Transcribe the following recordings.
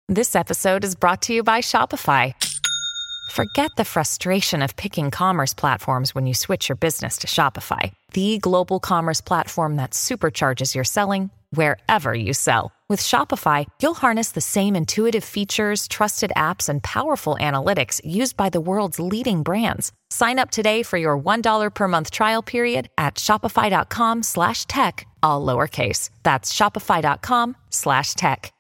This episode is brought to you by Shopify. Forget the frustration of picking commerce platforms when you switch your business to Shopify, the global commerce platform that supercharges your selling wherever you sell. With Shopify, you'll harness the same intuitive features, trusted apps, and powerful analytics used by the world's leading brands. Sign up today for your $1 per month trial period at shopify.com/tech, all lowercase. That's shopify.com/tech.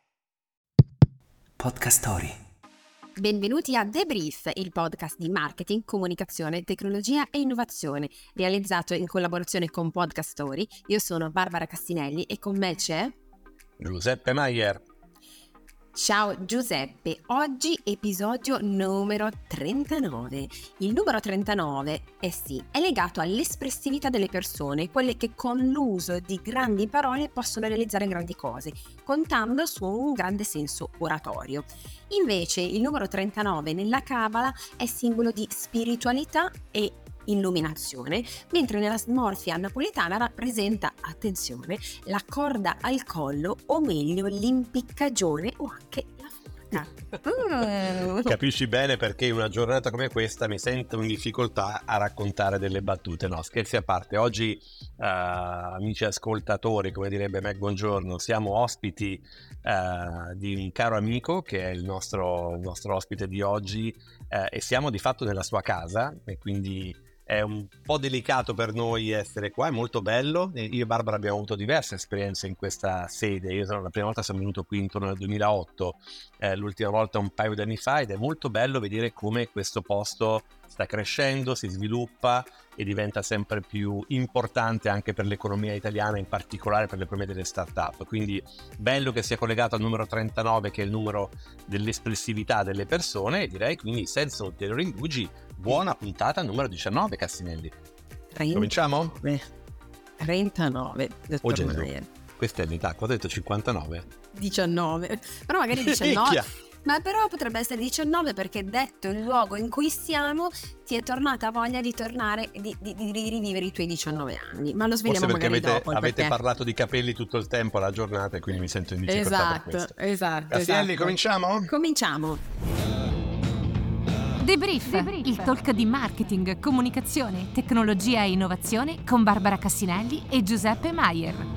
Podcast Story. Benvenuti a The Brief, il podcast di marketing, comunicazione, tecnologia e innovazione, realizzato in collaborazione con Podcast Story. Io sono Barbara Cassinelli e con me c'è Giuseppe Maier. Ciao Giuseppe, oggi episodio numero 39. Il numero 39, è legato all'espressività delle persone, quelle che con l'uso di grandi parole possono realizzare grandi cose, contando su un grande senso oratorio. Invece il numero 39 nella Kabbalah è simbolo di spiritualità e illuminazione, mentre nella smorfia napoletana rappresenta, attenzione, la corda al collo, o meglio l'impiccagione o anche la forca. Capisci bene perché in una giornata come questa mi sento in difficoltà a raccontare delle battute. No, scherzi a parte, oggi amici ascoltatori, come direbbe Mac Buongiorno, siamo ospiti di un caro amico che è il nostro ospite di oggi, e siamo di fatto nella sua casa, e quindi è un po' delicato per noi essere qua, è molto bello. Io e Barbara abbiamo avuto diverse esperienze in questa sede. La prima volta sono venuto qui intorno al 2008, l'ultima volta un paio di anni fa, ed è molto bello vedere come questo posto sta crescendo, si sviluppa e diventa sempre più importante anche per l'economia italiana, in particolare per l'economia delle start-up. Quindi bello che sia collegato al numero 39, che è il numero dell'espressività delle persone, e direi quindi senza ulteriori indugi buona puntata numero 19, Cassinelli. Cominciamo? 39, Oh dottor Gesù, Maier. questa è l'età, cosa ho detto, 59? 19, però magari 19... Ma però potrebbe essere 19 perché, detto il luogo in cui siamo, ti è tornata voglia di tornare, di rivivere i tuoi 19 anni. Ma lo svegliamo magari dopo. Avete parlato di capelli tutto il tempo alla giornata e quindi mi sento in difficoltà per questo. Esatto. Cassinelli, cominciamo? Cominciamo. The Brief, il talk di marketing, comunicazione, tecnologia e innovazione con Barbara Cassinelli e Giuseppe Maier.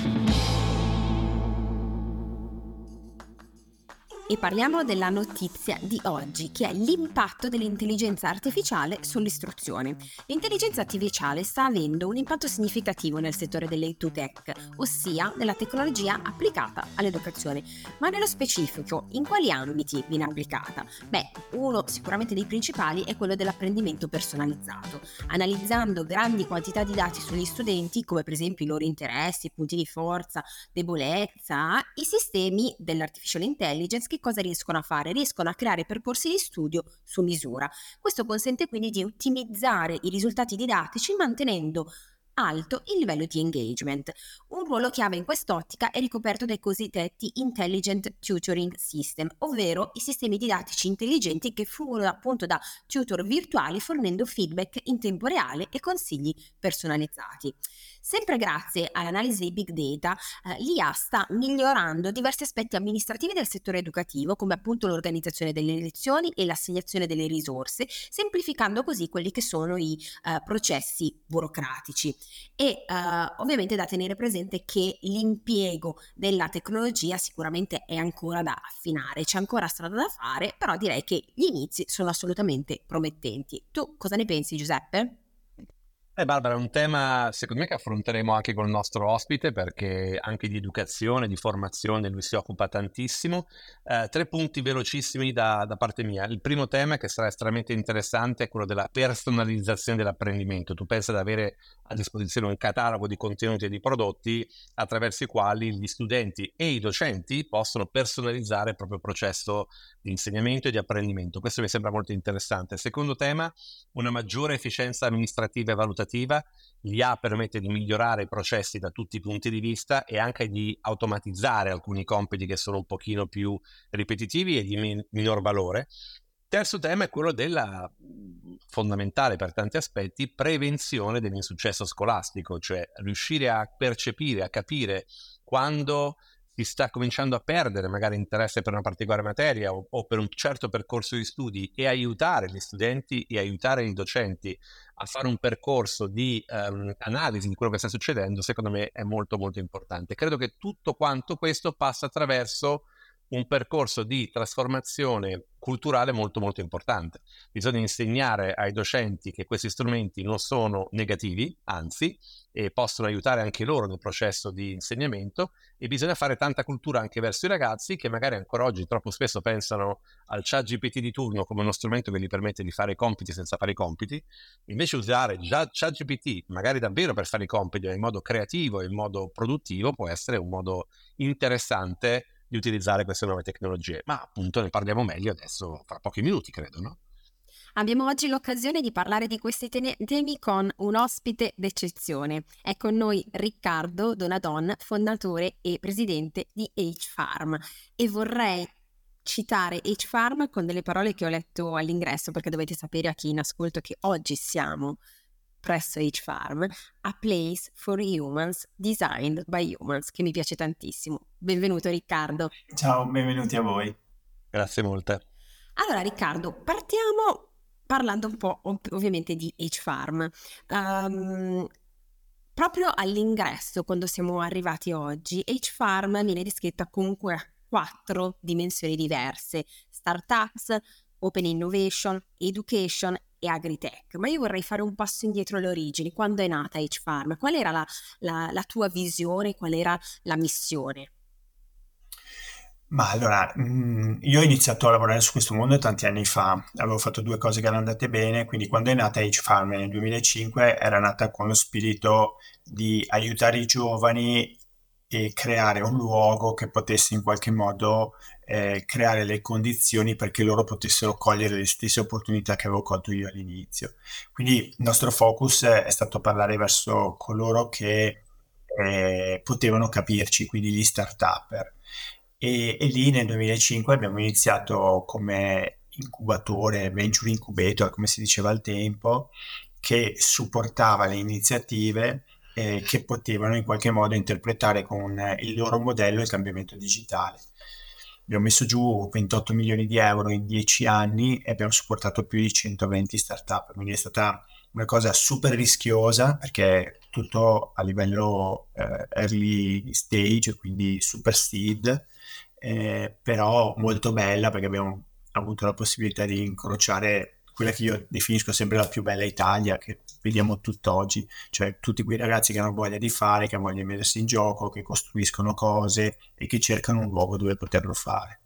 E parliamo della notizia di oggi, che è l'impatto dell'intelligenza artificiale sull'istruzione. L'intelligenza artificiale sta avendo un impatto significativo nel settore dell'E2Tech, ossia della tecnologia applicata all'educazione. Ma nello specifico, in quali ambiti viene applicata? Uno sicuramente dei principali è quello dell'apprendimento personalizzato, analizzando grandi quantità di dati sugli studenti, come per esempio i loro interessi, punti di forza, debolezza. I sistemi dell'artificial intelligence che cosa riescono a fare? Riescono a creare percorsi di studio su misura. Questo consente quindi di ottimizzare i risultati didattici mantenendo alto il livello di engagement. Un ruolo chiave in quest'ottica è ricoperto dai cosiddetti Intelligent Tutoring System, ovvero i sistemi didattici intelligenti che fungono appunto da tutor virtuali, fornendo feedback in tempo reale e consigli personalizzati. Sempre grazie all'analisi di big data, l'IA sta migliorando diversi aspetti amministrativi del settore educativo, come appunto l'organizzazione delle lezioni e l'assegnazione delle risorse, semplificando così quelli che sono i processi burocratici. E ovviamente da tenere presente che l'impiego della tecnologia sicuramente è ancora da affinare, c'è ancora strada da fare, però direi che gli inizi sono assolutamente promettenti. Tu cosa ne pensi, Giuseppe? Barbara, è un tema secondo me che affronteremo anche con il nostro ospite, perché anche di educazione, di formazione lui si occupa tantissimo. 3 punti velocissimi da parte mia. Il primo tema, che sarà estremamente interessante, è quello della personalizzazione dell'apprendimento. Tu pensa ad avere a disposizione un catalogo di contenuti e di prodotti attraverso i quali gli studenti e i docenti possono personalizzare il proprio processo di insegnamento e di apprendimento. Questo mi sembra molto interessante. Secondo tema, una maggiore efficienza amministrativa e valutativa. L'IA permette di migliorare i processi da tutti i punti di vista e anche di automatizzare alcuni compiti che sono un pochino più ripetitivi e di minor valore. Terzo tema è quello della fondamentale per tanti aspetti prevenzione dell'insuccesso scolastico, cioè riuscire a percepire, a capire quando si sta cominciando a perdere magari interesse per una particolare materia o per un certo percorso di studi, e aiutare gli studenti e aiutare i docenti a fare un percorso di analisi di quello che sta succedendo, secondo me è molto molto importante. Credo che tutto quanto questo passa attraverso un percorso di trasformazione culturale molto molto importante. Bisogna insegnare ai docenti che questi strumenti non sono negativi, anzi, e possono aiutare anche loro nel processo di insegnamento, e bisogna fare tanta cultura anche verso i ragazzi che magari ancora oggi troppo spesso pensano al ChatGPT di turno come uno strumento che gli permette di fare i compiti senza fare i compiti. Invece usare già ChatGPT magari davvero per fare i compiti in modo creativo e in modo produttivo può essere un modo interessante di utilizzare queste nuove tecnologie, ma appunto ne parliamo meglio adesso fra pochi minuti, credo, no? Abbiamo oggi l'occasione di parlare di questi temi con un ospite d'eccezione. È con noi Riccardo Donadon, fondatore e presidente di H-Farm, e vorrei citare H-Farm con delle parole che ho letto all'ingresso, perché dovete sapere, a chi in ascolto, che oggi siamo presso H-Farm, a place for humans designed by humans, che mi piace tantissimo. Benvenuto Riccardo. Ciao, benvenuti a voi. Grazie molte. Allora Riccardo, partiamo parlando un po' ovviamente di H-Farm. Proprio all'ingresso, quando siamo arrivati oggi, H-Farm viene descritta comunque a 4 dimensioni diverse: startups, open innovation, education e agritech. Ma io vorrei fare un passo indietro alle origini. Quando è nata H-Farm? Qual era la tua visione? Qual era la missione? Ma allora, io ho iniziato a lavorare su questo mondo tanti anni fa, avevo fatto 2 cose che erano andate bene, quindi quando è nata H-Farm nel 2005 era nata con lo spirito di aiutare i giovani e creare un luogo che potesse in qualche modo creare le condizioni perché loro potessero cogliere le stesse opportunità che avevo colto io all'inizio. Quindi il nostro focus è stato parlare verso coloro che potevano capirci, quindi gli start-upper. E lì nel 2005 abbiamo iniziato come incubatore, venture incubator, come si diceva al tempo, che supportava le iniziative che potevano in qualche modo interpretare con il loro modello il cambiamento digitale. Abbiamo messo giù 28 milioni di euro in 10 anni e abbiamo supportato più di 120 startup, quindi è stata una cosa super rischiosa perché tutto a livello early stage, quindi super seed, però molto bella perché abbiamo avuto la possibilità di incrociare quella che io definisco sempre la più bella Italia, che vediamo tutt'oggi, cioè tutti quei ragazzi che hanno voglia di fare, che hanno voglia di mettersi in gioco, che costruiscono cose e che cercano un luogo dove poterlo fare.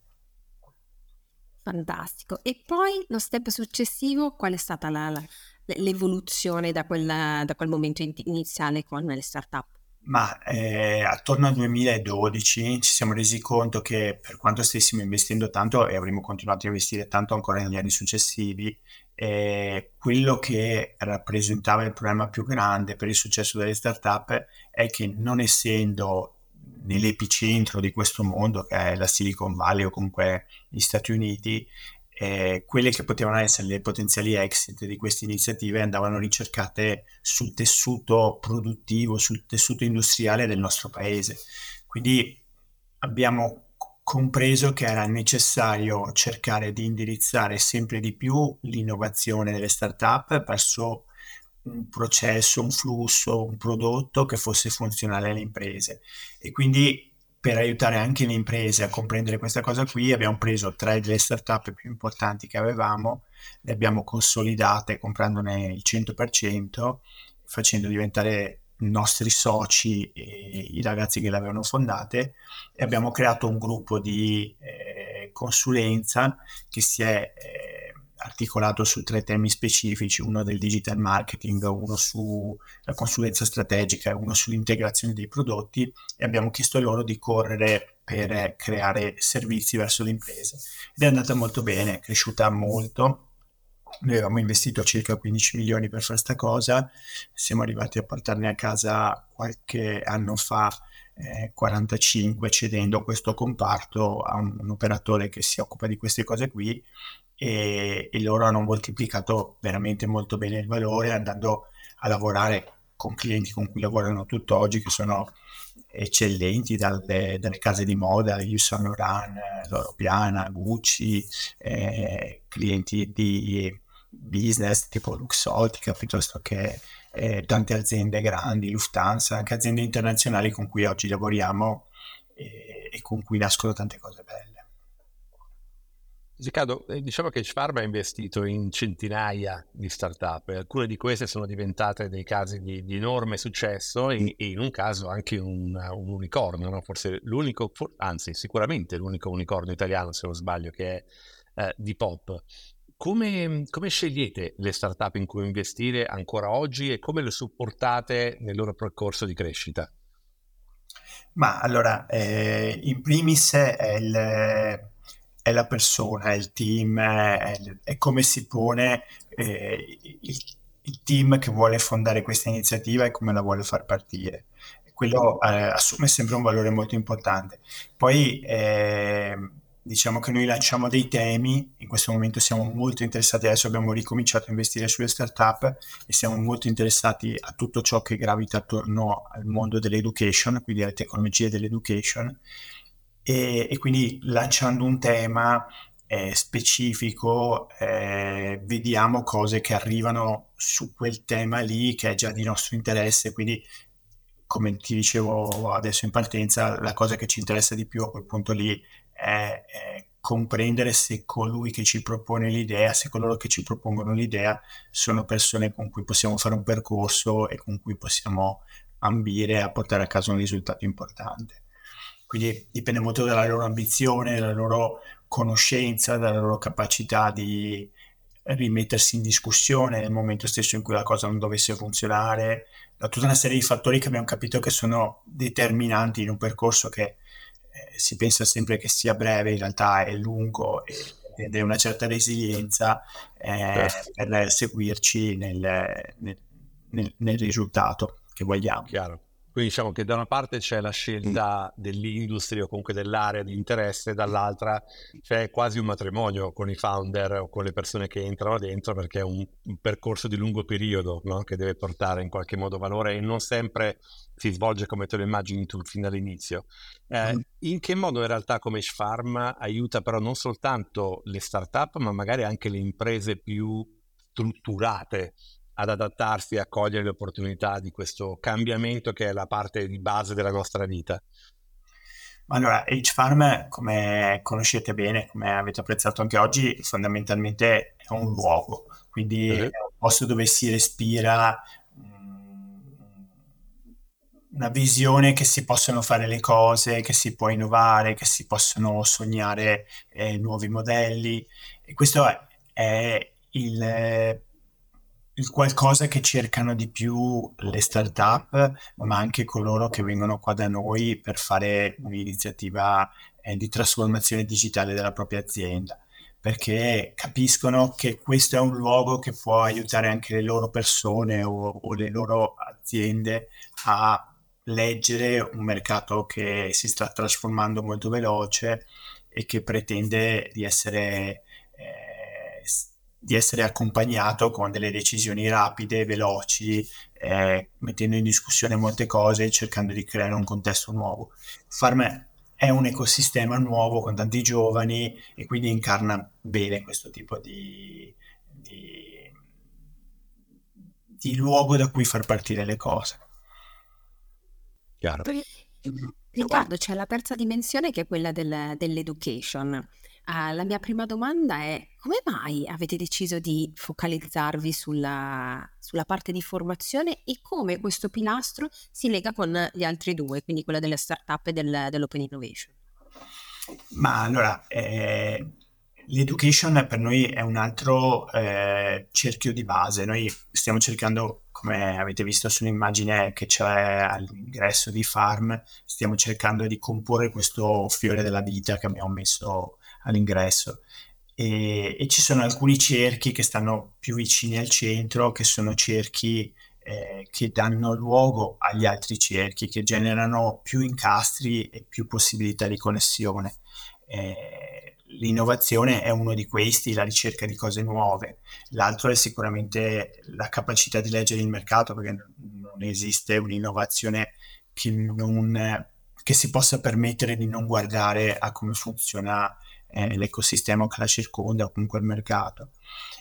Fantastico. E poi lo step successivo, qual è stata l'evoluzione da quel momento iniziale con le startup? Ma attorno al 2012 ci siamo resi conto che per quanto stessimo investendo tanto e avremmo continuato a investire tanto ancora negli anni successivi, quello che rappresentava il problema più grande per il successo delle startup è che, non essendo nell'epicentro di questo mondo che è la Silicon Valley o comunque gli Stati Uniti, quelle che potevano essere le potenziali exit di queste iniziative andavano ricercate sul tessuto produttivo, sul tessuto industriale del nostro paese. Quindi abbiamo compreso che era necessario cercare di indirizzare sempre di più l'innovazione delle startup verso un processo, un flusso, un prodotto che fosse funzionale alle imprese. E quindi, per aiutare anche le imprese a comprendere questa cosa qui, abbiamo preso 3 delle startup più importanti che avevamo, le abbiamo consolidate comprandone il 100%, facendo diventare nostri soci e i ragazzi che le avevano fondate, e abbiamo creato un gruppo di consulenza che si è articolato su 3 temi specifici: uno del digital marketing, uno sulla consulenza strategica e uno sull'integrazione dei prodotti, e abbiamo chiesto loro di correre per creare servizi verso le imprese, ed è andata molto bene, è cresciuta molto. Noi avevamo investito circa 15 milioni per fare sta cosa, siamo arrivati a portarne a casa qualche anno fa 45, cedendo questo comparto a un operatore che si occupa di queste cose qui, e loro hanno moltiplicato veramente molto bene il valore, andando a lavorare con clienti con cui lavorano tutt'oggi, che sono eccellenti, dalle case di moda, Yves Saint Laurent, Loro Piana, Gucci, clienti di business tipo Luxottica, piuttosto che tante aziende grandi, Lufthansa, anche aziende internazionali con cui oggi lavoriamo e con cui nascono tante cose belle. Riccardo, diciamo che Pharma ha investito in centinaia di startup e alcune di queste sono diventate dei casi di enorme successo e in un caso anche un unicorno, no? Forse l'unico, anzi sicuramente l'unico unicorno italiano, se non sbaglio, che è Depop. Come scegliete le startup in cui investire ancora oggi e come le supportate nel loro percorso di crescita? Ma allora, in primis è la persona, è il team, è come si pone il team che vuole fondare questa iniziativa e come la vuole far partire. Quello assume sempre un valore molto importante. Poi diciamo che noi lanciamo dei temi, in questo momento siamo molto interessati, adesso abbiamo ricominciato a investire sulle startup e siamo molto interessati a tutto ciò che gravita attorno al mondo dell'education, quindi alle tecnologie dell'education, e quindi lanciando un tema specifico vediamo cose che arrivano su quel tema lì che è già di nostro interesse, quindi come ti dicevo adesso in partenza, la cosa che ci interessa di più a quel punto lì è comprendere se colui che ci propone l'idea, se coloro che ci propongono l'idea sono persone con cui possiamo fare un percorso e con cui possiamo ambire a portare a casa un risultato importante. Quindi dipende molto dalla loro ambizione, dalla loro conoscenza, dalla loro capacità di rimettersi in discussione nel momento stesso in cui la cosa non dovesse funzionare, da tutta una serie di fattori che abbiamo capito che sono determinanti in un percorso che si pensa sempre che sia breve, in realtà è lungo ed è una certa resilienza per seguirci nel risultato che vogliamo. Chiaro. Quindi diciamo che da una parte c'è la scelta dell'industria o comunque dell'area di interesse, dall'altra c'è quasi un matrimonio con i founder o con le persone che entrano dentro, perché è un percorso di lungo periodo, no? Che deve portare in qualche modo valore e non sempre si svolge come te lo immagini tu fin dall'inizio. In che modo in realtà come Pharma aiuta però non soltanto le startup ma magari anche le imprese più strutturate ad adattarsi e a cogliere le opportunità di questo cambiamento che è la parte di base della nostra vita? Allora, H-Farm, come conoscete bene, come avete apprezzato anche oggi, fondamentalmente è un luogo, quindi è un posto dove si respira una visione che si possono fare le cose, che si può innovare, che si possono sognare nuovi modelli, e questo è il qualcosa che cercano di più le startup, ma anche coloro che vengono qua da noi per fare un'iniziativa di trasformazione digitale della propria azienda, perché capiscono che questo è un luogo che può aiutare anche le loro persone o le loro aziende a leggere un mercato che si sta trasformando molto veloce e che pretende di essere accompagnato con delle decisioni rapide, veloci, mettendo in discussione molte cose, cercando di creare un contesto nuovo. Farm è un ecosistema nuovo con tanti giovani e quindi incarna bene questo tipo di luogo da cui far partire le cose. Chiaro. Riccardo, c'è la terza dimensione che è quella dell'education. La mia prima domanda è: come mai avete deciso di focalizzarvi sulla parte di formazione e come questo pilastro si lega con gli altri due, quindi quella delle startup e dell'open innovation? Ma allora, l'education per noi è un altro cerchio di base. Noi stiamo cercando, come avete visto sull'immagine che c'è all'ingresso di Farm, stiamo cercando di comporre questo fiore della vita che abbiamo messo all'ingresso. E ci sono alcuni cerchi che stanno più vicini al centro, che sono cerchi che danno luogo agli altri cerchi, che generano più incastri e più possibilità di connessione. L'innovazione è uno di questi, la ricerca di cose nuove. L'altro è sicuramente la capacità di leggere il mercato, perché non esiste un'innovazione che si possa permettere di non guardare a come funziona l'ecosistema che la circonda o comunque il mercato,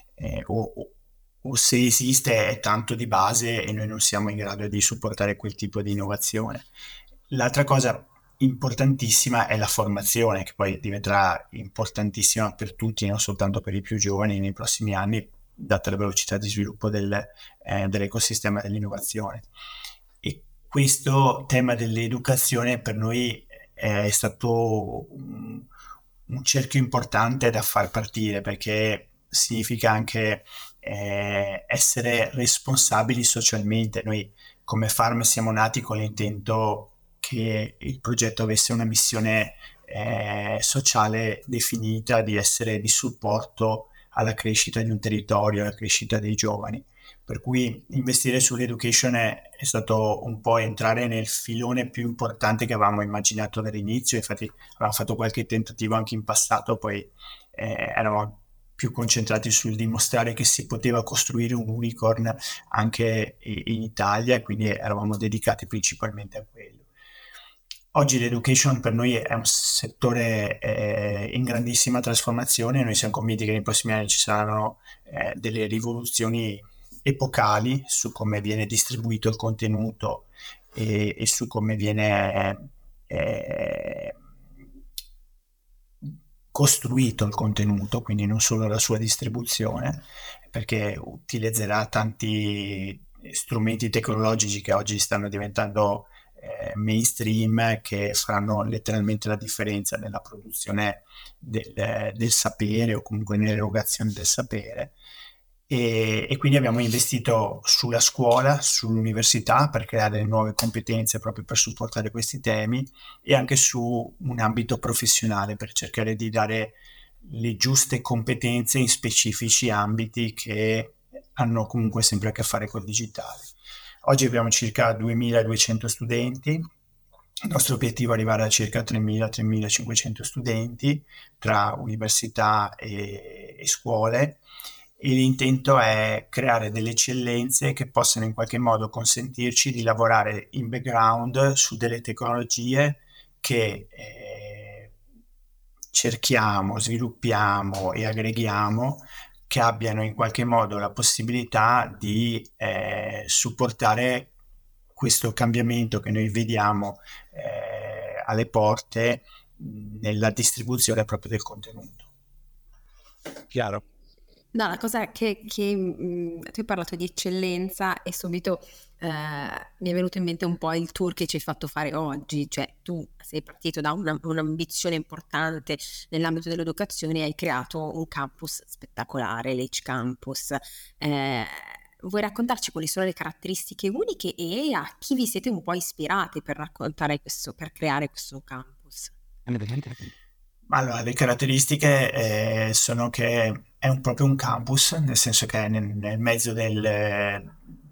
o se esiste è tanto di base e noi non siamo in grado di supportare quel tipo di innovazione. L'altra cosa importantissima è la formazione, che poi diventerà importantissima per tutti, non soltanto per i più giovani nei prossimi anni, data la velocità di sviluppo dell'ecosistema dell'innovazione. E questo tema dell'educazione per noi è stato un cerchio importante da far partire, perché significa anche essere responsabili socialmente. Noi come Farm siamo nati con l'intento che il progetto avesse una missione sociale definita, di essere di supporto alla crescita di un territorio, alla crescita dei giovani. Per cui investire sull'education è stato un po' entrare nel filone più importante che avevamo immaginato dall'inizio. Infatti avevamo fatto qualche tentativo anche in passato, poi eravamo più concentrati sul dimostrare che si poteva costruire un unicorn anche in Italia, e quindi eravamo dedicati principalmente a quello. Oggi l'education per noi è un settore in grandissima trasformazione. Noi siamo convinti che nei prossimi anni ci saranno delle rivoluzioni epocali su come viene distribuito il contenuto e su come viene costruito il contenuto, quindi non solo la sua distribuzione, perché utilizzerà tanti strumenti tecnologici che oggi stanno diventando mainstream, che faranno letteralmente la differenza nella produzione del sapere o comunque nell'erogazione del sapere. E quindi abbiamo investito sulla scuola, sull'università, per creare delle nuove competenze proprio per supportare questi temi, e anche su un ambito professionale per cercare di dare le giuste competenze in specifici ambiti che hanno comunque sempre a che fare col digitale. Oggi abbiamo circa 2200 studenti. Il nostro obiettivo è arrivare a circa 3000-3500 studenti tra università e scuole, e l'intento è creare delle eccellenze che possano in qualche modo consentirci di lavorare in background su delle tecnologie che cerchiamo, sviluppiamo e aggreghiamo, che abbiano in qualche modo la possibilità di supportare questo cambiamento che noi vediamo alle porte nella distribuzione proprio del contenuto. Chiaro. No, la cosa che tu hai parlato di eccellenza e subito mi è venuto in mente un po' il tour che ci hai fatto fare oggi. Cioè tu sei partito da un'ambizione importante nell'ambito dell'educazione e hai creato un campus spettacolare, l'H Campus. Vuoi raccontarci quali sono le caratteristiche uniche e a chi vi siete un po' ispirati per creare questo campus? Allora, le caratteristiche sono che è proprio un campus, nel senso che è nel mezzo del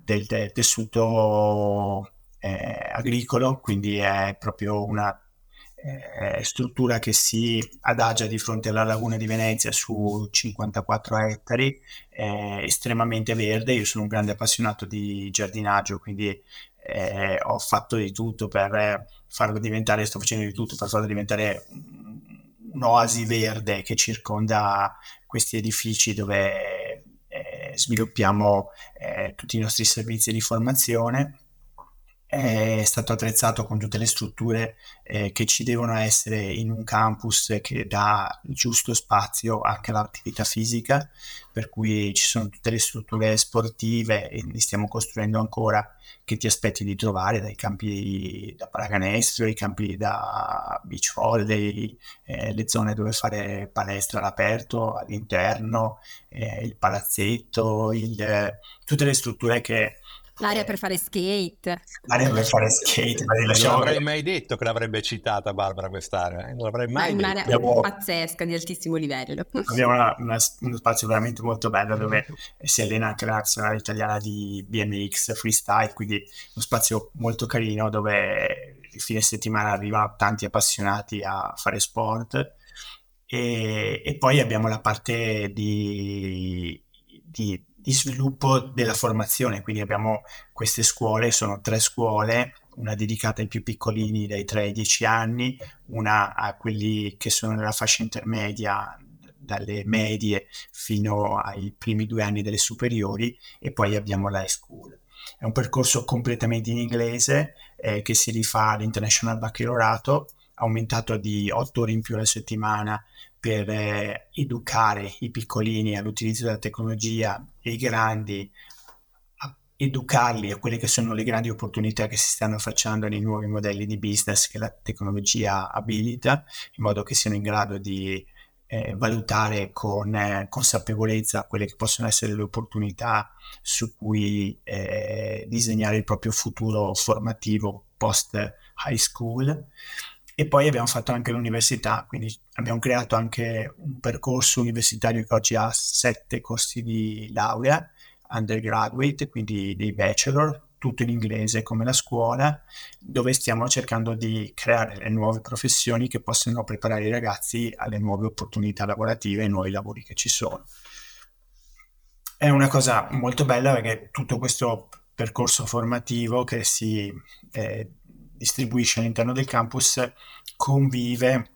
tessuto agricolo, quindi è proprio una struttura che si adagia di fronte alla laguna di Venezia su 54 ettari, estremamente verde. Io sono un grande appassionato di giardinaggio, quindi ho fatto di tutto per farlo diventare, sto facendo di tutto per farlo diventare un'oasi verde che circonda questi edifici dove sviluppiamo tutti i nostri servizi di formazione. È stato attrezzato con tutte le strutture che ci devono essere in un campus che dà il giusto spazio anche all'attività fisica, per cui ci sono tutte le strutture sportive, e ne stiamo costruendo ancora, che ti aspetti di trovare, dai campi da pallacanestro, i campi da beach volley, le zone dove fare palestra all'aperto, all'interno, il palazzetto, tutte le strutture che... L'area per fare skate. L'area per fare skate, ma Non avrei mai detto che l'avrebbe citata Barbara quest'area, non l'avrei mai detto. Un'area pazzesca, di altissimo livello. Abbiamo uno spazio veramente molto bello dove si allena anche la nazionale italiana di BMX freestyle, quindi uno spazio molto carino dove il fine settimana arrivano tanti appassionati a fare sport. E poi abbiamo la parte di sviluppo della formazione, quindi abbiamo queste scuole, sono 3 scuole, una dedicata ai più piccolini dai 3 ai 10 anni, una a quelli che sono nella fascia intermedia dalle medie fino ai primi 2 anni delle superiori, e poi abbiamo l'high school. È un percorso completamente in inglese che si rifà all'International Baccalaureato, aumentato di 8 ore in più alla settimana per educare i piccolini all'utilizzo della tecnologia e i grandi a educarli a quelle che sono le grandi opportunità che si stanno affacciando nei nuovi modelli di business che la tecnologia abilita, in modo che siano in grado di valutare con consapevolezza quelle che possono essere le opportunità su cui disegnare il proprio futuro formativo post high school. E poi abbiamo fatto anche l'università, quindi abbiamo creato anche un percorso universitario che oggi ha 7 corsi di laurea undergraduate, quindi dei bachelor, tutto in inglese come la scuola, dove stiamo cercando di creare le nuove professioni che possano preparare i ragazzi alle nuove opportunità lavorative e ai nuovi lavori che ci sono. È una cosa molto bella perché tutto questo percorso formativo che si distribuisce all'interno del campus convive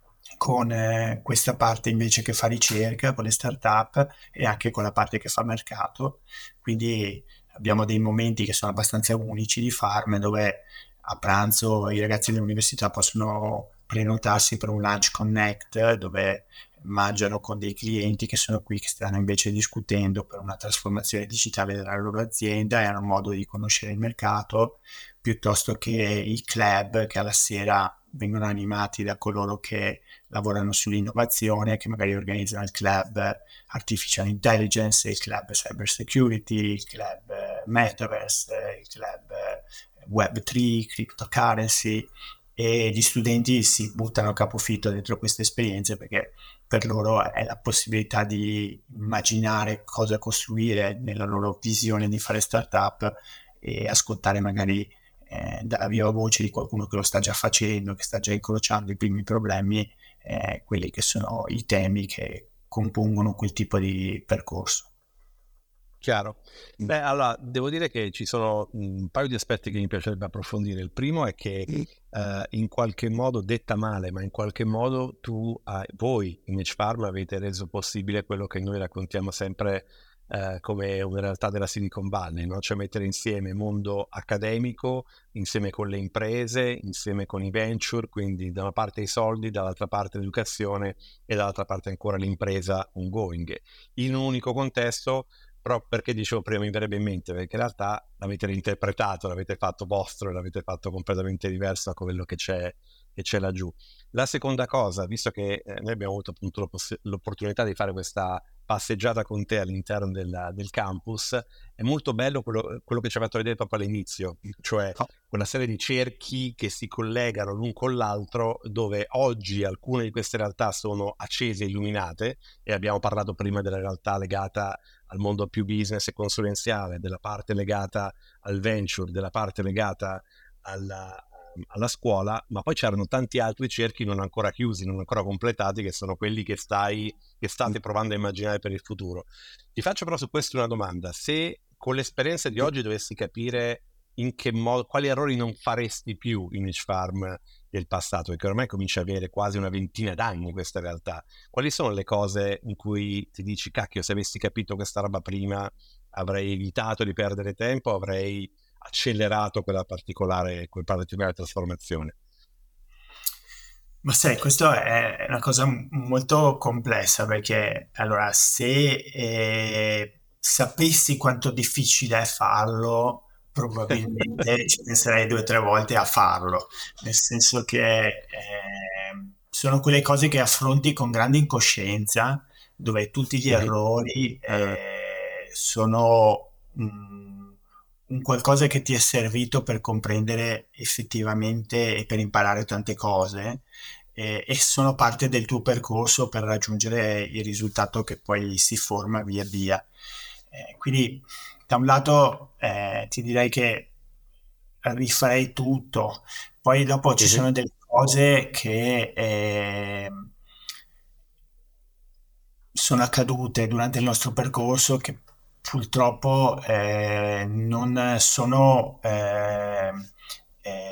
con questa parte invece che fa ricerca, con le start-up, e anche con la parte che fa mercato. Quindi abbiamo dei momenti che sono abbastanza unici di Farm, dove a pranzo i ragazzi dell'università possono prenotarsi per un lunch connect, dove mangiano con dei clienti che sono qui, che stanno invece discutendo per una trasformazione digitale della loro azienda e hanno modo di conoscere il mercato, piuttosto che i club che alla sera vengono animati da coloro che lavorano sull'innovazione, che magari organizzano il club Artificial Intelligence, il club Cyber Security, il club Metaverse, il club Web3, Cryptocurrency, e gli studenti si buttano a capofitto dentro queste esperienze perché per loro è la possibilità di immaginare cosa costruire nella loro visione di fare startup e ascoltare magari dalla viva voce di qualcuno che lo sta già facendo, che sta già incrociando i primi problemi, quelli che sono i temi che compongono quel tipo di percorso. Chiaro. Beh, allora, devo dire che ci sono un paio di aspetti che mi piacerebbe approfondire. Il primo è che in qualche modo, detta male, ma in qualche modo voi in H-Farm avete reso possibile quello che noi raccontiamo sempre come una realtà della Silicon Valley, no? Cioè mettere insieme mondo accademico, insieme con le imprese, insieme con i venture, quindi da una parte i soldi, dall'altra parte l'educazione e dall'altra parte ancora l'impresa ongoing, in un unico contesto. Però perché dicevo prima, mi verrebbe in mente, perché in realtà l'avete reinterpretato, l'avete fatto vostro e l'avete fatto completamente diverso da quello che c'è laggiù. La seconda cosa, visto che noi abbiamo avuto appunto l'opportunità di fare questa passeggiata con te all'interno del campus, è molto bello quello che ci ha fatto vedere proprio all'inizio, cioè quella serie di cerchi che si collegano l'un con l'altro, dove oggi alcune di queste realtà sono accese e illuminate, e abbiamo parlato prima della realtà legata al mondo più business e consulenziale, della parte legata al venture, della parte legata alla scuola, ma poi c'erano tanti altri cerchi non ancora chiusi, non ancora completati, che sono quelli che state provando a immaginare per il futuro. Ti faccio però su questo una domanda: se con l'esperienza di oggi dovessi capire in che modo, quali errori non faresti più in H-Farm del passato, perché ormai comincia a avere quasi una ventina d'anni questa realtà, quali sono le cose in cui ti dici cacchio, se avessi capito questa roba prima avrei evitato di perdere tempo, avrei accelerato quella particolare trasformazione? Ma sai, questa è una cosa molto complessa, perché allora se sapessi quanto difficile è farlo, probabilmente ci penserei 2 o 3 volte a farlo, nel senso che sono quelle cose che affronti con grande incoscienza, dove tutti gli errori sono un qualcosa che ti è servito per comprendere effettivamente e per imparare tante cose, e sono parte del tuo percorso per raggiungere il risultato che poi si forma via via. Quindi da un lato ti direi che rifarei tutto, poi dopo ci sono delle cose che sono accadute durante il nostro percorso che purtroppo non sono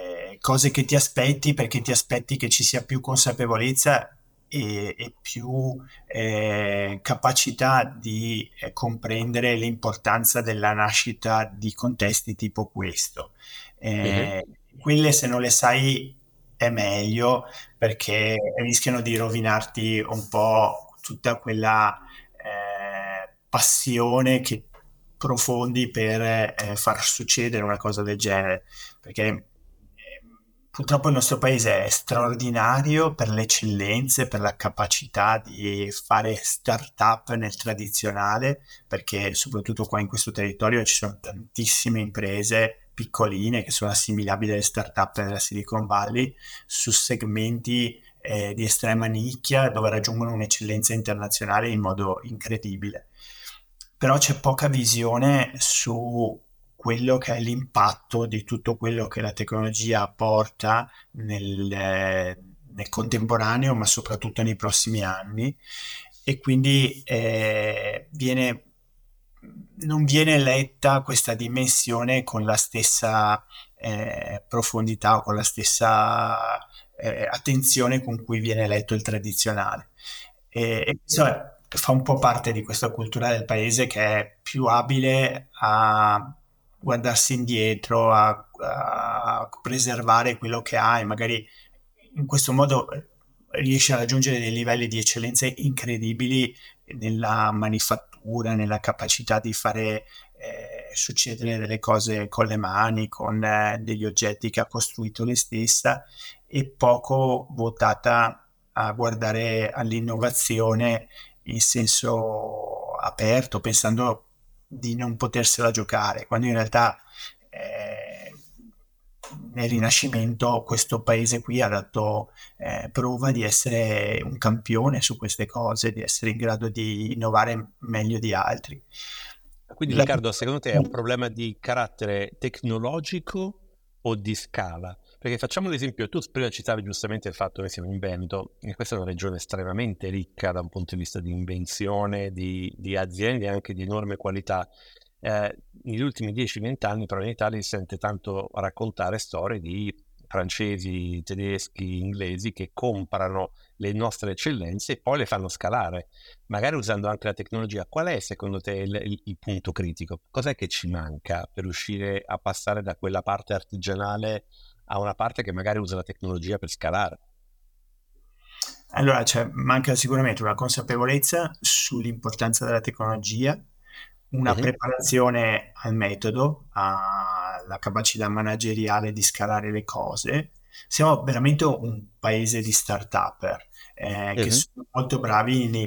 cose che ti aspetti, perché ti aspetti che ci sia più consapevolezza e più capacità di comprendere l'importanza della nascita di contesti tipo questo. Quelle, se non le sai, è meglio, perché rischiano di rovinarti un po' tutta quella passione che profondi per far succedere una cosa del genere, perché purtroppo il nostro paese è straordinario per le eccellenze, per la capacità di fare start-up nel tradizionale, perché soprattutto qua in questo territorio ci sono tantissime imprese piccoline che sono assimilabili alle start-up della Silicon Valley su segmenti di estrema nicchia dove raggiungono un'eccellenza internazionale in modo incredibile. Però c'è poca visione su quello che è l'impatto di tutto quello che la tecnologia porta nel contemporaneo, ma soprattutto nei prossimi anni, e quindi non viene letta questa dimensione con la stessa profondità o con la stessa attenzione con cui viene letto il tradizionale. E questo fa un po' parte di questa cultura del paese che è più abile a guardarsi indietro, a preservare quello che ha, e magari in questo modo riesce a raggiungere dei livelli di eccellenza incredibili nella manifattura, nella capacità di fare succedere delle cose con le mani, con degli oggetti che ha costruito lei stessa, e poco votata a guardare all'innovazione in senso aperto, pensando di non potersela giocare, quando in realtà nel Rinascimento questo paese qui ha dato prova di essere un campione su queste cose, di essere in grado di innovare meglio di altri. Quindi Riccardo, secondo te è un problema di carattere tecnologico o di scala? Perché facciamo l'esempio, tu prima citavi giustamente il fatto che siamo in Veneto, e questa è una regione estremamente ricca da un punto di vista di invenzione, di aziende, anche di enorme qualità. Negli ultimi 10-20 anni però in Italia si sente tanto raccontare storie di francesi, tedeschi, inglesi che comprano le nostre eccellenze e poi le fanno scalare, magari usando anche la tecnologia. Qual è secondo te il punto critico? Cos'è che ci manca per riuscire a passare da quella parte artigianale a una parte che magari usa la tecnologia per scalare? Allora, manca sicuramente una consapevolezza sull'importanza della tecnologia, una preparazione al metodo, alla capacità manageriale di scalare le cose. Siamo veramente un paese di start-upper che sono molto bravi nei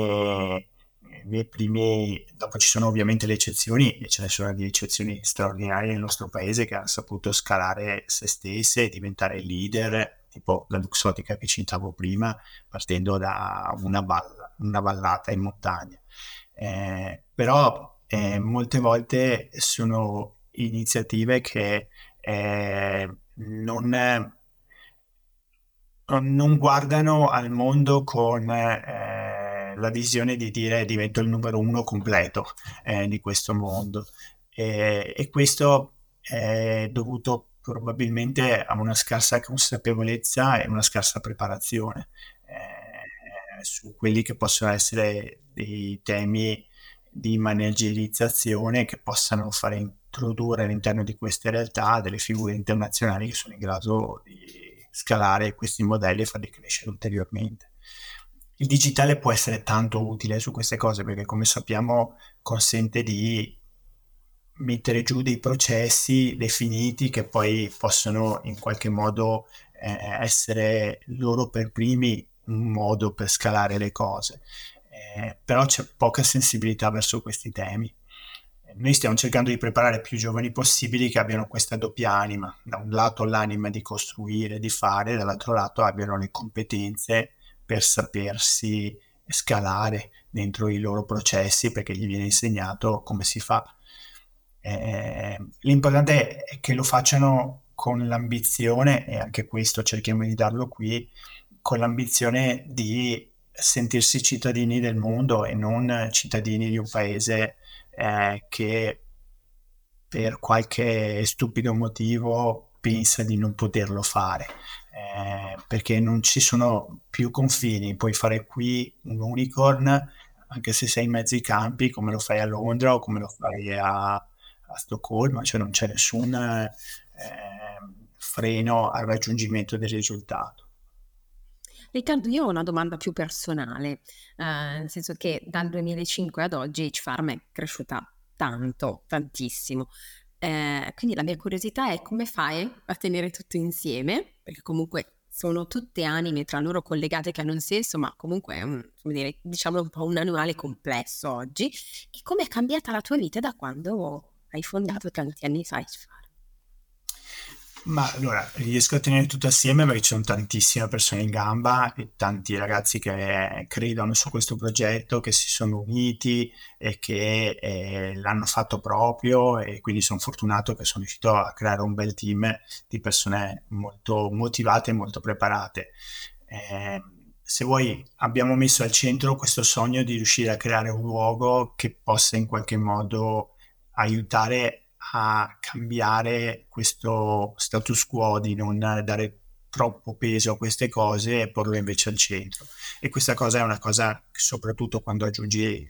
primi, dopo ci sono ovviamente le eccezioni, e ce ne sono di eccezioni straordinarie nel nostro paese che hanno saputo scalare se stesse e diventare leader, tipo la Luxottica che citavo prima, partendo da una vallata in montagna. Però molte volte sono iniziative che non guardano al mondo con la visione di dire divento il numero uno completo di questo mondo, e questo è dovuto probabilmente a una scarsa consapevolezza e una scarsa preparazione su quelli che possono essere dei temi di managerializzazione che possano fare introdurre all'interno di queste realtà delle figure internazionali che sono in grado di scalare questi modelli e farli crescere ulteriormente. Il digitale può essere tanto utile su queste cose perché, come sappiamo, consente di mettere giù dei processi definiti che poi possono in qualche modo essere loro per primi un modo per scalare le cose, però c'è poca sensibilità verso questi temi. Noi stiamo cercando di preparare più giovani possibili che abbiano questa doppia anima, da un lato l'anima di costruire, di fare, dall'altro lato abbiano le competenze per sapersi scalare dentro i loro processi, perché gli viene insegnato come si fa. L'importante è che lo facciano con l'ambizione, e anche questo cerchiamo di darlo qui, con l'ambizione di sentirsi cittadini del mondo e non cittadini di un paese che per qualche stupido motivo pensa di non poterlo fare, perché non ci sono più confini. Puoi fare qui un unicorn anche se sei in mezzo ai campi, come lo fai a Londra o come lo fai a Stoccolma, cioè non c'è nessun freno al raggiungimento del risultato. Riccardo, io ho una domanda più personale, nel senso che dal 2005 ad oggi H-Farm è cresciuta tanto, tantissimo. Quindi la mia curiosità è come fai a tenere tutto insieme, perché comunque sono tutte anime tra loro collegate che hanno un senso, ma comunque è come dire, diciamo un po' un annuale complesso oggi. E come è cambiata la tua vita da quando hai fondato tanti anni fa H-Farm? Ma allora, riesco a tenere tutto assieme perché ci sono tantissime persone in gamba e tanti ragazzi che credono su questo progetto, che si sono uniti e che l'hanno fatto proprio, e quindi sono fortunato che sono riuscito a creare un bel team di persone molto motivate e molto preparate. Se vuoi, abbiamo messo al centro questo sogno di riuscire a creare un luogo che possa in qualche modo aiutare a cambiare questo status quo di non dare troppo peso a queste cose e porlo invece al centro. E questa cosa è una cosa che soprattutto quando aggiungi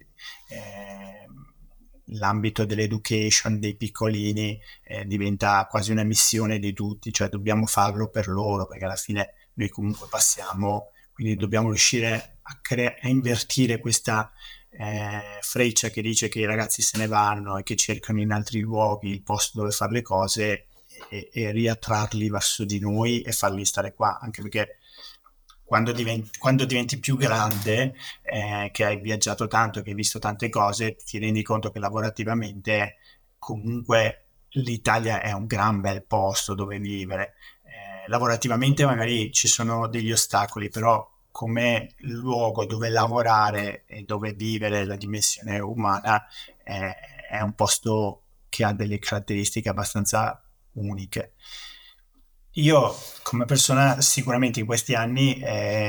l'ambito dell'education dei piccolini diventa quasi una missione di tutti, cioè dobbiamo farlo per loro, perché alla fine noi comunque passiamo, quindi dobbiamo riuscire a invertire questa freccia che dice che i ragazzi se ne vanno e che cercano in altri luoghi il posto dove fare le cose, e riattrarli verso di noi e farli stare qua, anche perché quando diventi più grande, che hai viaggiato tanto, che hai visto tante cose, ti rendi conto che lavorativamente comunque l'Italia è un gran bel posto dove vivere. Lavorativamente magari ci sono degli ostacoli, però come luogo dove lavorare e dove vivere la dimensione umana è un posto che ha delle caratteristiche abbastanza uniche. Io come persona sicuramente in questi anni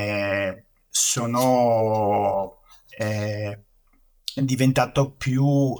sono diventato più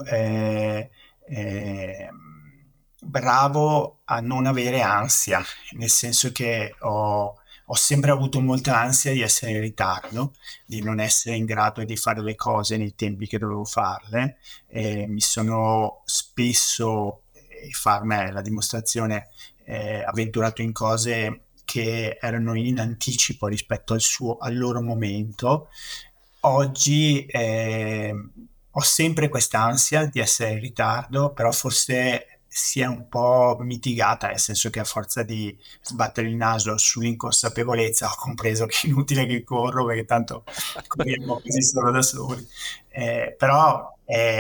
bravo a non avere ansia, nel senso che ho sempre avuto molta ansia di essere in ritardo, di non essere in grado di fare le cose nei tempi che dovevo farle. Mi sono spesso, e farne la dimostrazione, avventurato in cose che erano in anticipo rispetto al loro momento. Oggi ho sempre questa ansia di essere in ritardo, però forse si è un po' mitigata, nel senso che a forza di sbattere il naso sull'inconsapevolezza ho compreso che è inutile che corro, perché tanto corriamo così solo da soli. Però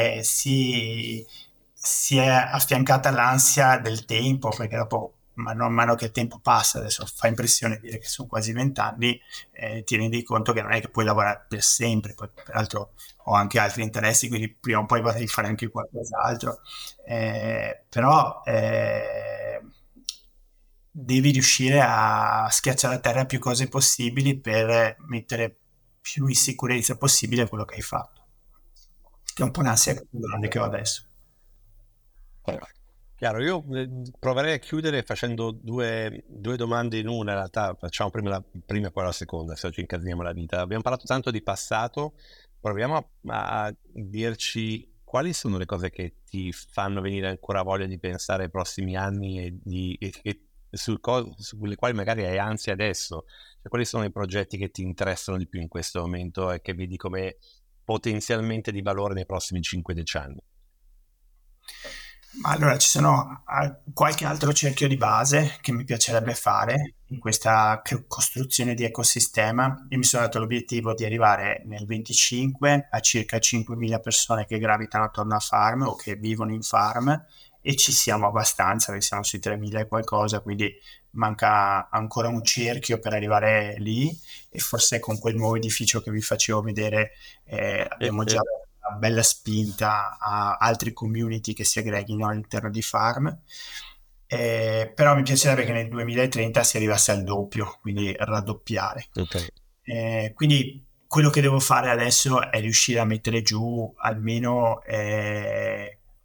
si è affiancata l'ansia del tempo, perché dopo man mano che il tempo passa, adesso fa impressione dire che sono quasi 20 anni, ti rendi conto che non è che puoi lavorare per sempre. Poi, peraltro ho anche altri interessi, quindi prima o poi vorrei fare anche qualcos'altro, però devi riuscire a schiacciare a terra più cose possibili per mettere più in sicurezza possibile quello che hai fatto, che è un po' un'ansia più grande che ho adesso. Chiaro, io proverei a chiudere facendo due domande in una. In realtà facciamo prima la prima e poi la seconda, se no ci incasiniamo la vita. Abbiamo parlato tanto di passato, proviamo a dirci quali sono le cose che ti fanno venire ancora voglia di pensare ai prossimi anni e sulle quali magari hai ansia adesso. Cioè, quali sono i progetti che ti interessano di più in questo momento e che vedi come potenzialmente di valore nei prossimi 5-10 anni? Ma allora, ci sono qualche altro cerchio di base che mi piacerebbe fare in questa costruzione di ecosistema. Io mi sono dato l'obiettivo di arrivare nel 25 a circa 5.000 persone che gravitano attorno a farm o che vivono in farm, e ci siamo abbastanza, perché siamo sui 3.000 e qualcosa, quindi manca ancora un cerchio per arrivare lì, e forse con quel nuovo edificio che vi facevo vedere abbiamo già una bella spinta a altri community che si aggreghino all'interno di farm. Però mi piacerebbe che nel 2030 si arrivasse al doppio, quindi raddoppiare. Okay. Quindi quello che devo fare adesso è riuscire a mettere giù almeno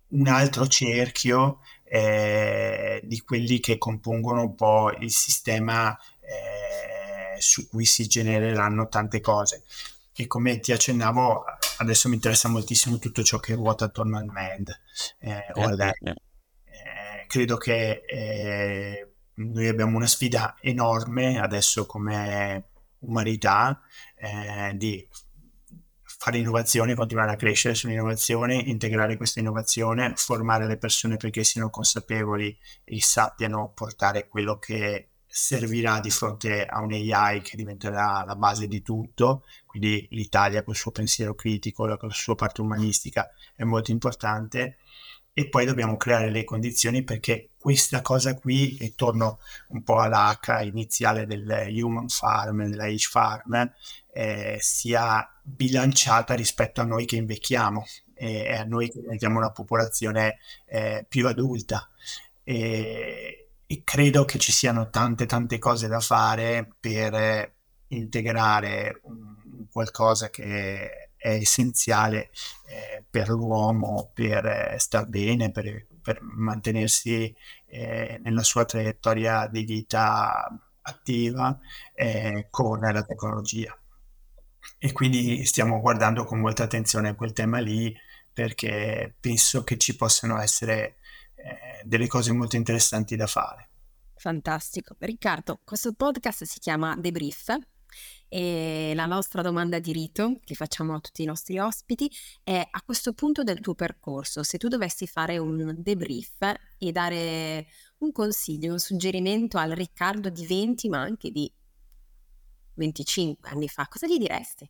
un altro cerchio di quelli che compongono un po' il sistema su cui si genereranno tante cose. E come ti accennavo, adesso mi interessa moltissimo tutto ciò che ruota attorno al MED o all'ERN. Credo che noi abbiamo una sfida enorme adesso come umanità di fare innovazione, continuare a crescere sull'innovazione, integrare questa innovazione, formare le persone perché siano consapevoli e sappiano portare quello che servirà di fronte a un AI che diventerà la base di tutto. Quindi l'Italia col suo pensiero critico, con la sua parte umanistica è molto importante, e poi dobbiamo creare le condizioni perché questa cosa qui, e torno un po' all'H iniziale del Human Farm, della H-Farm, sia bilanciata rispetto a noi che invecchiamo e a noi che diventiamo una popolazione più adulta. E credo che ci siano tante cose da fare per integrare qualcosa che è essenziale per l'uomo, per star bene, per mantenersi nella sua traiettoria di vita attiva con la tecnologia. E quindi stiamo guardando con molta attenzione a quel tema lì, perché penso che ci possano essere delle cose molto interessanti da fare. Fantastico. Riccardo, questo podcast si chiama Debrief e la nostra domanda di rito che facciamo a tutti i nostri ospiti è: a questo punto del tuo percorso, se tu dovessi fare un debrief e dare un consiglio, un suggerimento al Riccardo di 20 ma anche di 25 anni fa, cosa gli diresti?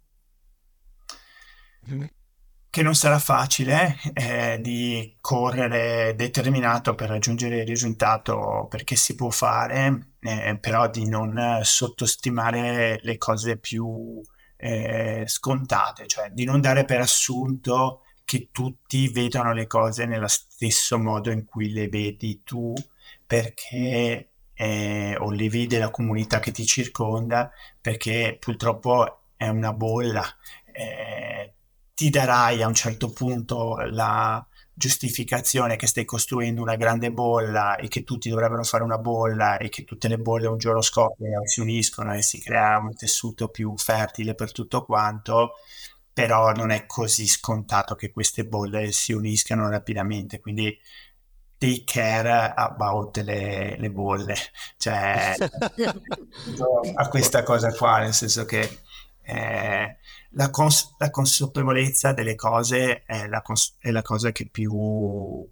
Che non sarà facile di correre determinato per raggiungere il risultato, perché si può fare, però di non sottostimare le cose più scontate, cioè di non dare per assunto che tutti vedano le cose nello stesso modo in cui le vedi tu, perché o le vede la comunità che ti circonda, perché purtroppo è una bolla. Ti darai a un certo punto la giustificazione che stai costruendo una grande bolla e che tutti dovrebbero fare una bolla e che tutte le bolle un giorno scoppiano e si uniscono e si crea un tessuto più fertile per tutto quanto, però non è così scontato che queste bolle si uniscano rapidamente, quindi take care about le bolle, cioè a questa cosa qua, nel senso che la consapevolezza delle cose è la cosa che più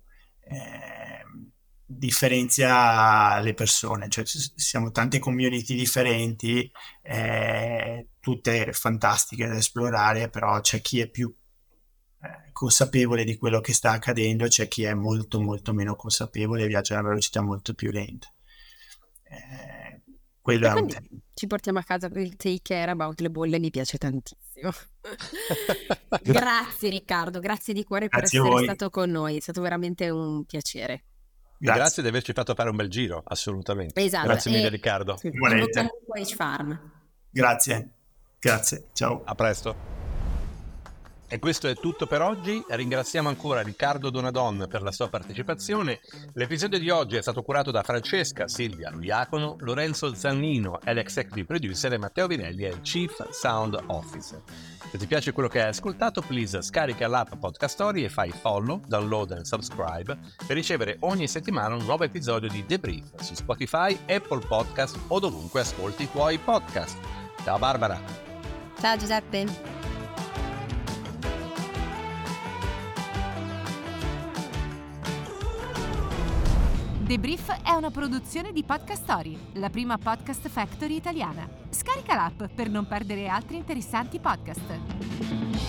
differenzia le persone, cioè siamo tante community differenti, tutte fantastiche da esplorare, però c'è chi è più consapevole di quello che sta accadendo, c'è chi è molto meno consapevole e viaggia a una velocità molto più lenta. Quello è un tema. Ci portiamo a casa il take care about le bolle, mi piace tantissimo. Grazie Riccardo, grazie di cuore per essere stato con noi, è stato veramente un piacere. Grazie di averci fatto fare un bel giro, assolutamente. Esatto. Grazie mille Riccardo. Grazie, ciao. A presto. E questo è tutto per oggi. Ringraziamo ancora Riccardo Donadon per la sua partecipazione. L'episodio di oggi è stato curato da Francesca Silvia Diacono, Lorenzo Zannino è l'executive producer e Matteo Vinelli è il Chief Sound Officer. Se ti piace quello che hai ascoltato, please scarica l'app Podcast Story e fai follow, download e subscribe per ricevere ogni settimana un nuovo episodio di Debrief su Spotify, Apple Podcast o dovunque ascolti i tuoi podcast. Ciao Barbara. Ciao Giuseppe. Debrief è una produzione di Podcast Story, la prima podcast factory italiana. Scarica l'app per non perdere altri interessanti podcast.